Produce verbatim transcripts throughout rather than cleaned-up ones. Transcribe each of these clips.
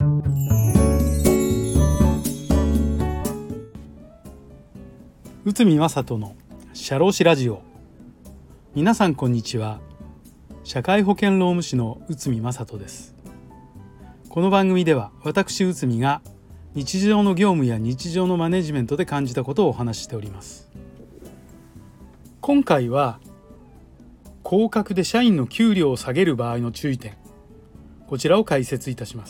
内海正人の社労士ラジオ。皆さんこんにちは。社会保険労務士の内海正人です。この番組では私内海が日常の業務や日常のマネジメントで感じたことをお話ししております。今回は降格で社員の給料を下げる場合の注意点、こちらを解説いたします。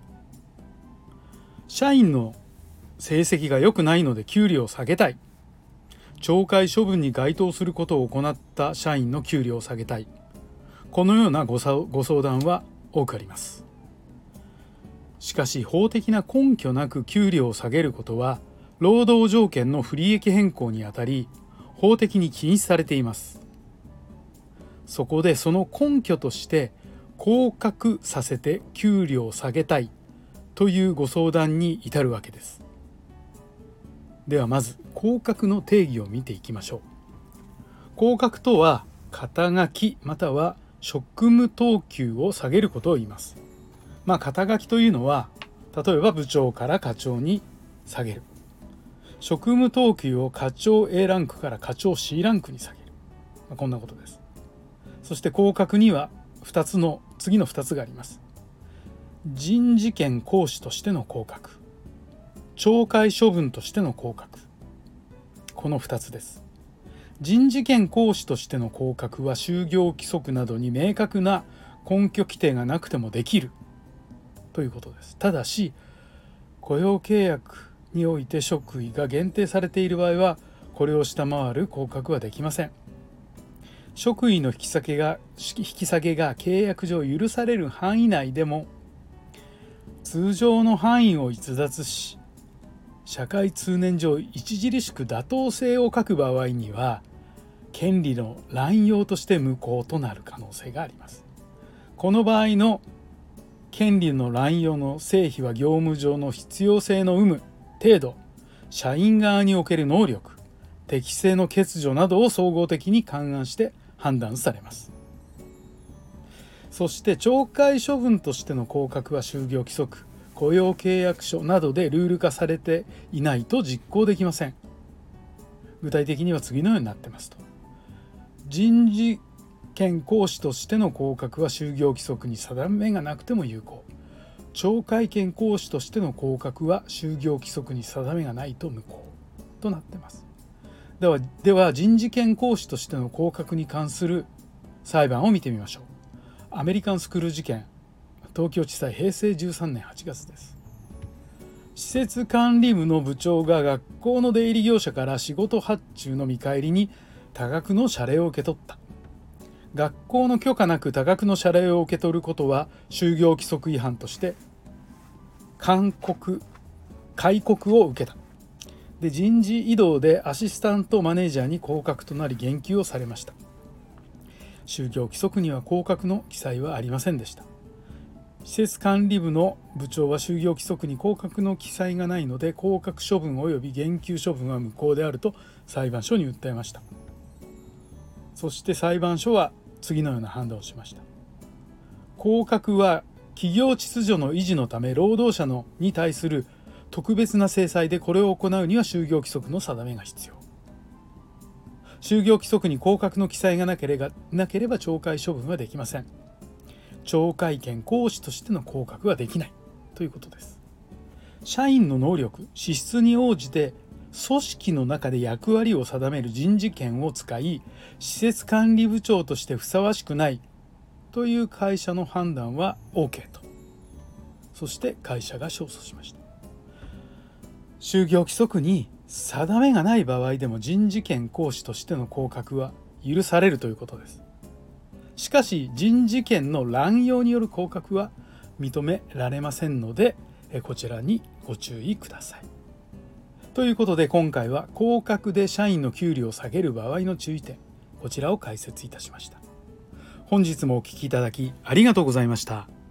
社員の成績が良くないので給料を下げたい、懲戒処分に該当することを行った社員の給料を下げたい、このようなご相談は多くあります。しかし法的な根拠なく給料を下げることは労働条件の不利益変更にあたり、法的に禁止されています。そこでその根拠として降格させて給料を下げたいというご相談に至るわけです。ではまず降格の定義を見ていきましょう。降格とは肩書きまたは職務等級を下げることを言います。まあ肩書きというのは例えば部長から課長に下げる。職務等級を課長 A ランクから課長 C ランクに下げる。まあ、こんなことです。そして降格にはふたつの次のふたつがあります。人事権行使としての降格、懲戒処分としての降格、このふたつです。人事権行使としての降格は就業規則などに明確な根拠規定がなくてもできるということです。ただし雇用契約において職位が限定されている場合はこれを下回る降格はできません。職位の引き下げが引き下げが契約上許される範囲内でも通常の範囲を逸脱し社会通念上著しく妥当性を欠く場合には権利の濫用として無効となる可能性があります。この場合の権利の濫用の成否は業務上の必要性の有無、程度、社員側における能力、適正の欠如などを総合的に勘案して判断されます。そして懲戒処分としての降格は就業規則、雇用契約書などでルール化されていないと実行できません。具体的には次のようになってますと。人事権行使としての降格は就業規則に定めがなくても有効。懲戒権行使としての降格は就業規則に定めがないと無効となっています。では、では人事権行使としての降格に関する裁判を見てみましょう。アメリカンスクール事件、東京地裁平成じゅうさんねんはちがつです。施設管理部の部長が学校の出入り業者から仕事発注の見返りに多額の謝礼を受け取った。学校の許可なく多額の謝礼を受け取ることは就業規則違反として勧告戒告を受けた。で、人事異動でアシスタントマネージャーに降格となり減給をされました。就業規則には降格の記載はありませんでした。施設管理部の部長は就業規則に降格の記載がないので降格処分及び減給処分は無効であると裁判所に訴えました。そして裁判所は次のような判断をしました。降格は企業秩序の維持のため労働者のに対する特別な制裁で、これを行うには就業規則の定めが必要。就業規則に降格の記載がなければ、なければ懲戒処分はできません。懲戒権行使としての降格はできないということです。社員の能力、資質に応じて組織の中で役割を定める人事権を使い、施設管理部長としてふさわしくないという会社の判断は OK と。そして会社が勝訴しました。就業規則に定めがない場合でも人事権行使としての降格は許されるということです。しかし人事権の濫用による降格は認められませんので、こちらにご注意ください。ということで今回は降格で社員の給料を下げる場合の注意点、こちらを解説いたしました。本日もお聞きいただきありがとうございました。